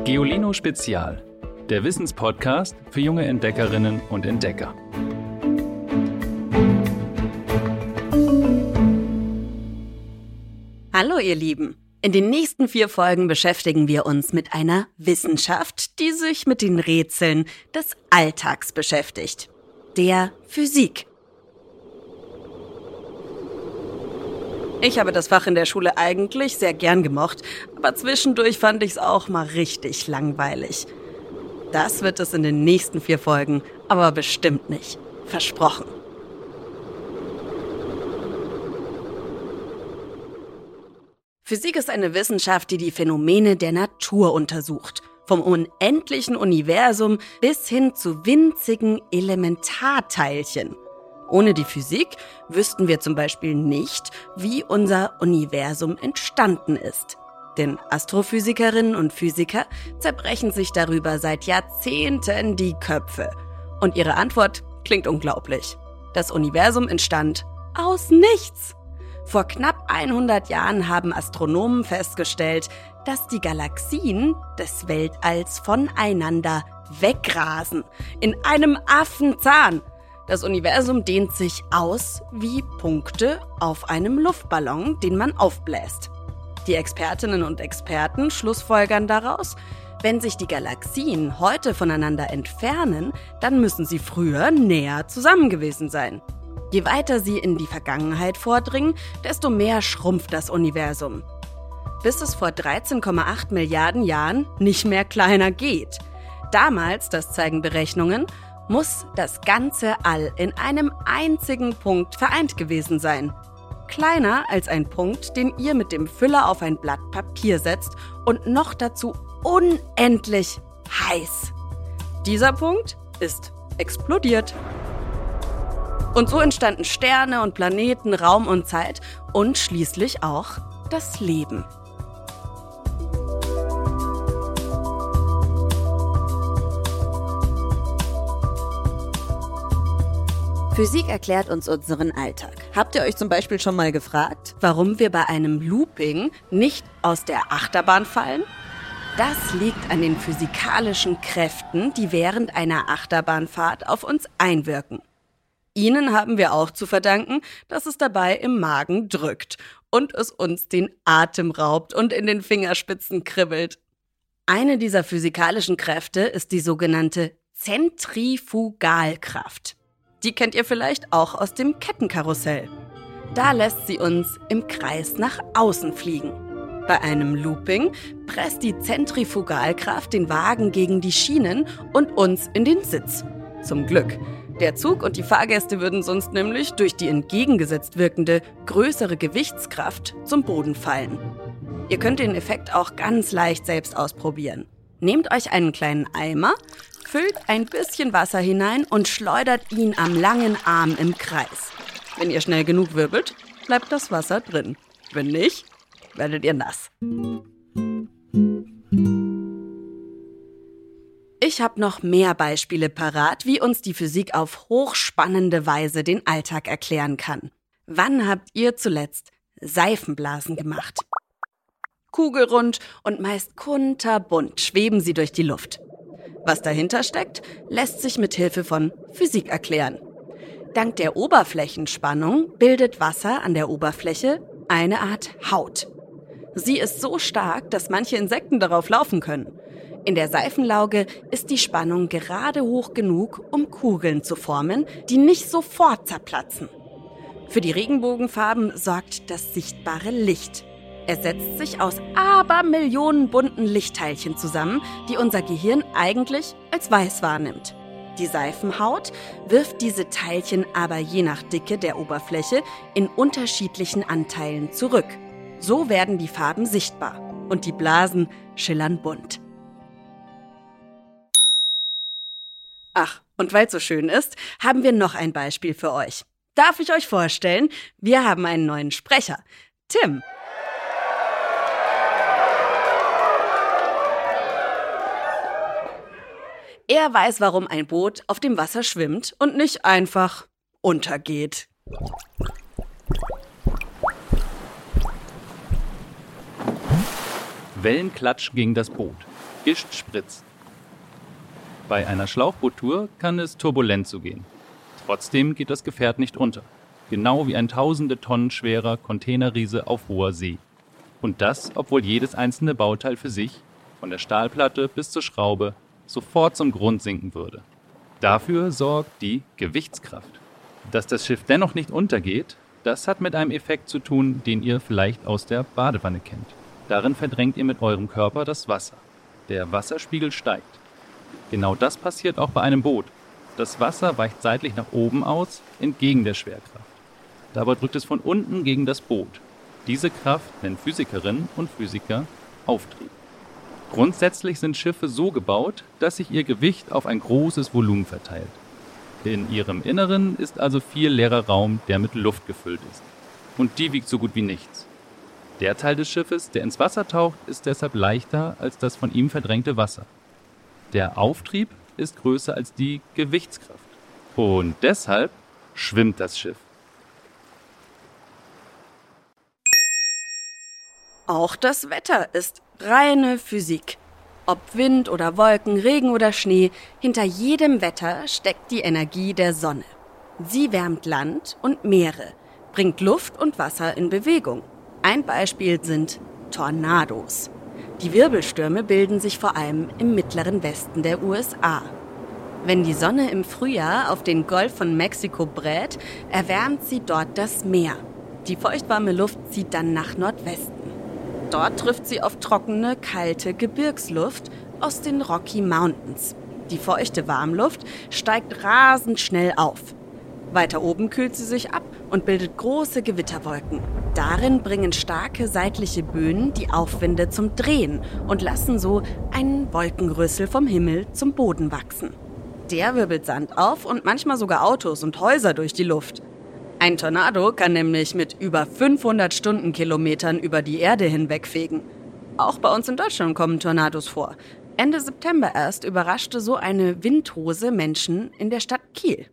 Geolino Spezial, der Wissenspodcast für junge Entdeckerinnen und Entdecker. Hallo ihr Lieben! In den nächsten 4 Folgen beschäftigen wir uns mit einer Wissenschaft, die sich mit den Rätseln des Alltags beschäftigt. Der Physik. Ich habe das Fach in der Schule eigentlich sehr gern gemocht, aber zwischendurch fand ich es auch mal richtig langweilig. Das wird es in den nächsten 4 Folgen, aber bestimmt nicht. Versprochen. Physik ist eine Wissenschaft, die die Phänomene der Natur untersucht. Vom unendlichen Universum bis hin zu winzigen Elementarteilchen. Ohne die Physik wüssten wir zum Beispiel nicht, wie unser Universum entstanden ist. Denn Astrophysikerinnen und Physiker zerbrechen sich darüber seit Jahrzehnten die Köpfe. Und ihre Antwort klingt unglaublich. Das Universum entstand aus nichts. Vor knapp 100 Jahren haben Astronomen festgestellt, dass die Galaxien des Weltalls voneinander wegrasen. In einem Affenzahn. Das Universum dehnt sich aus wie Punkte auf einem Luftballon, den man aufbläst. Die Expertinnen und Experten schlussfolgern daraus, wenn sich die Galaxien heute voneinander entfernen, dann müssen sie früher näher zusammen gewesen sein. Je weiter sie in die Vergangenheit vordringen, desto mehr schrumpft das Universum. Bis es vor 13,8 Milliarden Jahren nicht mehr kleiner geht. Damals, das zeigen Berechnungen, muss das ganze All in einem einzigen Punkt vereint gewesen sein. Kleiner als ein Punkt, den ihr mit dem Füller auf ein Blatt Papier setzt und noch dazu unendlich heiß. Dieser Punkt ist explodiert. Und so entstanden Sterne und Planeten, Raum und Zeit und schließlich auch das Leben. Physik erklärt uns unseren Alltag. Habt ihr euch zum Beispiel schon mal gefragt, warum wir bei einem Looping nicht aus der Achterbahn fallen? Das liegt an den physikalischen Kräften, die während einer Achterbahnfahrt auf uns einwirken. Ihnen haben wir auch zu verdanken, dass es dabei im Magen drückt und es uns den Atem raubt und in den Fingerspitzen kribbelt. Eine dieser physikalischen Kräfte ist die sogenannte Zentrifugalkraft. Die kennt ihr vielleicht auch aus dem Kettenkarussell. Da lässt sie uns im Kreis nach außen fliegen. Bei einem Looping presst die Zentrifugalkraft den Wagen gegen die Schienen und uns in den Sitz. Zum Glück. Der Zug und die Fahrgäste würden sonst nämlich durch die entgegengesetzt wirkende, größere Gewichtskraft zum Boden fallen. Ihr könnt den Effekt auch ganz leicht selbst ausprobieren. Nehmt euch einen kleinen Eimer, füllt ein bisschen Wasser hinein und schleudert ihn am langen Arm im Kreis. Wenn ihr schnell genug wirbelt, bleibt das Wasser drin. Wenn nicht, werdet ihr nass. Ich habe noch mehr Beispiele parat, wie uns die Physik auf hochspannende Weise den Alltag erklären kann. Wann habt ihr zuletzt Seifenblasen gemacht? Kugelrund und meist kunterbunt schweben sie durch die Luft. Was dahinter steckt, lässt sich mit Hilfe von Physik erklären. Dank der Oberflächenspannung bildet Wasser an der Oberfläche eine Art Haut. Sie ist so stark, dass manche Insekten darauf laufen können. In der Seifenlauge ist die Spannung gerade hoch genug, um Kugeln zu formen, die nicht sofort zerplatzen. Für die Regenbogenfarben sorgt das sichtbare Licht. Er setzt sich aus Abermillionen bunten Lichtteilchen zusammen, die unser Gehirn eigentlich als weiß wahrnimmt. Die Seifenhaut wirft diese Teilchen aber je nach Dicke der Oberfläche in unterschiedlichen Anteilen zurück. So werden die Farben sichtbar und die Blasen schillern bunt. Ach, und weil es so schön ist, haben wir noch ein Beispiel für euch. Darf ich euch vorstellen? Wir haben einen neuen Sprecher, Tim. Er weiß, warum ein Boot auf dem Wasser schwimmt und nicht einfach untergeht. Wellenklatsch gegen das Boot. Gischt spritzt. Bei einer Schlauchboottour kann es turbulent zugehen. Trotzdem geht das Gefährt nicht unter. Genau wie ein tausende Tonnen schwerer Containerriese auf hoher See. Und das, obwohl jedes einzelne Bauteil für sich, von der Stahlplatte bis zur Schraube, sofort zum Grund sinken würde. Dafür sorgt die Gewichtskraft. Dass das Schiff dennoch nicht untergeht, das hat mit einem Effekt zu tun, den ihr vielleicht aus der Badewanne kennt. Darin verdrängt ihr mit eurem Körper das Wasser. Der Wasserspiegel steigt. Genau das passiert auch bei einem Boot. Das Wasser weicht seitlich nach oben aus, entgegen der Schwerkraft. Dabei drückt es von unten gegen das Boot. Diese Kraft nennen Physikerinnen und Physiker Auftrieb. Grundsätzlich sind Schiffe so gebaut, dass sich ihr Gewicht auf ein großes Volumen verteilt. In ihrem Inneren ist also viel leerer Raum, der mit Luft gefüllt ist. Und die wiegt so gut wie nichts. Der Teil des Schiffes, der ins Wasser taucht, ist deshalb leichter als das von ihm verdrängte Wasser. Der Auftrieb ist größer als die Gewichtskraft. Und deshalb schwimmt das Schiff. Auch das Wetter ist reine Physik. Ob Wind oder Wolken, Regen oder Schnee, hinter jedem Wetter steckt die Energie der Sonne. Sie wärmt Land und Meere, bringt Luft und Wasser in Bewegung. Ein Beispiel sind Tornados. Die Wirbelstürme bilden sich vor allem im mittleren Westen der USA. Wenn die Sonne im Frühjahr auf den Golf von Mexiko brät, erwärmt sie dort das Meer. Die feuchtwarme Luft zieht dann nach Nordwesten. Dort trifft sie auf trockene, kalte Gebirgsluft aus den Rocky Mountains. Die feuchte Warmluft steigt rasend schnell auf. Weiter oben kühlt sie sich ab und bildet große Gewitterwolken. Darin bringen starke seitliche Böen die Aufwinde zum Drehen und lassen so einen Wolkenrüssel vom Himmel zum Boden wachsen. Der wirbelt Sand auf und manchmal sogar Autos und Häuser durch die Luft. Ein Tornado kann nämlich mit über 500 Stundenkilometern über die Erde hinwegfegen. Auch bei uns in Deutschland kommen Tornados vor. Ende September erst überraschte so eine Windhose Menschen in der Stadt Kiel.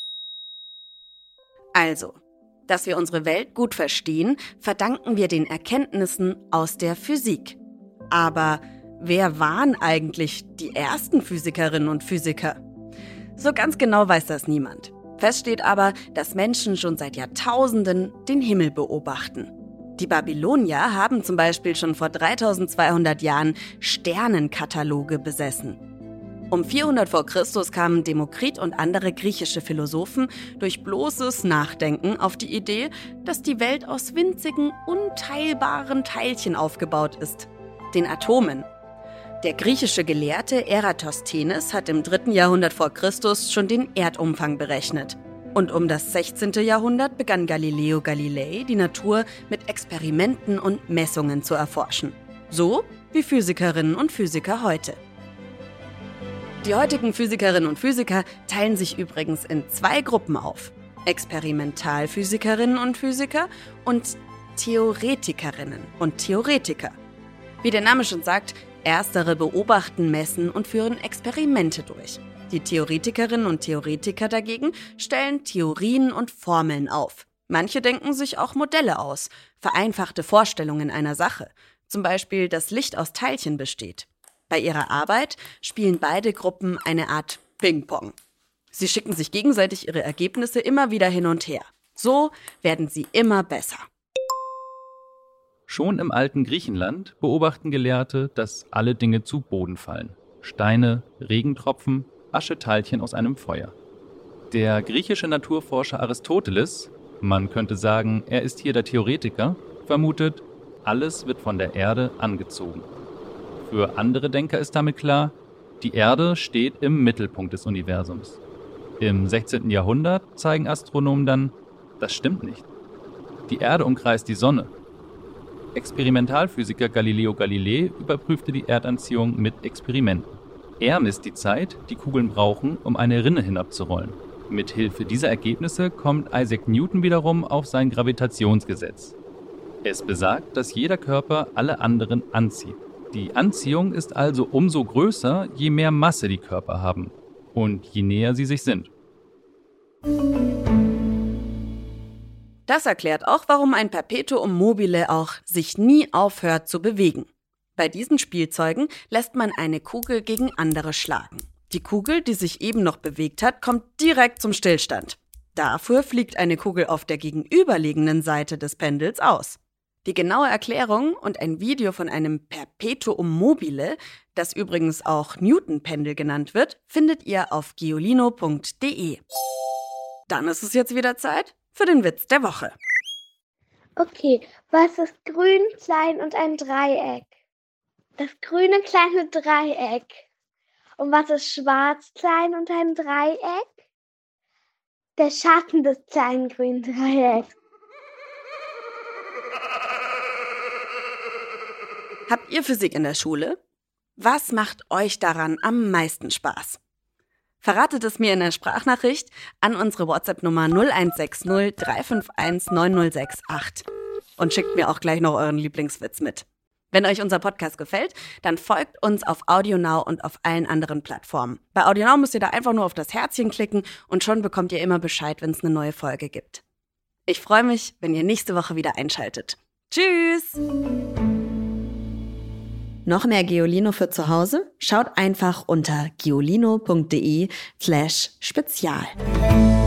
Also, dass wir unsere Welt gut verstehen, verdanken wir den Erkenntnissen aus der Physik. Aber wer waren eigentlich die ersten Physikerinnen und Physiker? So ganz genau weiß das niemand. Fest steht aber, dass Menschen schon seit Jahrtausenden den Himmel beobachten. Die Babylonier haben zum Beispiel schon vor 3200 Jahren Sternenkataloge besessen. Um 400 vor Christus kamen Demokrit und andere griechische Philosophen durch bloßes Nachdenken auf die Idee, dass die Welt aus winzigen, unteilbaren Teilchen aufgebaut ist, den Atomen. Der griechische Gelehrte Eratosthenes hat im 3. Jahrhundert vor Christus schon den Erdumfang berechnet. Und um das 16. Jahrhundert begann Galileo Galilei, die Natur mit Experimenten und Messungen zu erforschen. So wie Physikerinnen und Physiker heute. Die heutigen Physikerinnen und Physiker teilen sich übrigens in 2 Gruppen auf. Experimentalphysikerinnen und Physiker und Theoretikerinnen und Theoretiker. Wie der Name schon sagt, erstere beobachten, messen und führen Experimente durch. Die Theoretikerinnen und Theoretiker dagegen stellen Theorien und Formeln auf. Manche denken sich auch Modelle aus, vereinfachte Vorstellungen einer Sache. Zum Beispiel, dass Licht aus Teilchen besteht. Bei ihrer Arbeit spielen beide Gruppen eine Art Ping-Pong. Sie schicken sich gegenseitig ihre Ergebnisse immer wieder hin und her. So werden sie immer besser. Schon im alten Griechenland beobachten Gelehrte, dass alle Dinge zu Boden fallen. Steine, Regentropfen, Ascheteilchen aus einem Feuer. Der griechische Naturforscher Aristoteles, man könnte sagen, er ist hier der Theoretiker, vermutet, alles wird von der Erde angezogen. Für andere Denker ist damit klar, die Erde steht im Mittelpunkt des Universums. Im 16. Jahrhundert zeigen Astronomen dann, das stimmt nicht. Die Erde umkreist die Sonne. Experimentalphysiker Galileo Galilei überprüfte die Erdanziehung mit Experimenten. Er misst die Zeit, die Kugeln brauchen, um eine Rinne hinabzurollen. Mithilfe dieser Ergebnisse kommt Isaac Newton wiederum auf sein Gravitationsgesetz. Es besagt, dass jeder Körper alle anderen anzieht. Die Anziehung ist also umso größer, je mehr Masse die Körper haben und je näher sie sich sind. Das erklärt auch, warum ein Perpetuum mobile auch sich nie aufhört zu bewegen. Bei diesen Spielzeugen lässt man eine Kugel gegen andere schlagen. Die Kugel, die sich eben noch bewegt hat, kommt direkt zum Stillstand. Dafür fliegt eine Kugel auf der gegenüberliegenden Seite des Pendels aus. Die genaue Erklärung und ein Video von einem Perpetuum mobile, das übrigens auch Newton-Pendel genannt wird, findet ihr auf geolino.de. Dann ist es jetzt wieder Zeit für den Witz der Woche. Okay, was ist grün, klein und ein Dreieck? Das grüne kleine Dreieck. Und was ist schwarz, klein und ein Dreieck? Der Schatten des kleinen grünen Dreiecks. Habt ihr Physik in der Schule? Was macht euch daran am meisten Spaß? Verratet es mir in der Sprachnachricht an unsere WhatsApp-Nummer 0160 351 9068 und schickt mir auch gleich noch euren Lieblingswitz mit. Wenn euch unser Podcast gefällt, dann folgt uns auf AudioNow und auf allen anderen Plattformen. Bei AudioNow müsst ihr da einfach nur auf das Herzchen klicken und schon bekommt ihr immer Bescheid, wenn es eine neue Folge gibt. Ich freue mich, wenn ihr nächste Woche wieder einschaltet. Tschüss! Noch mehr Geolino für zu Hause? Schaut einfach unter geolino.de/spezial.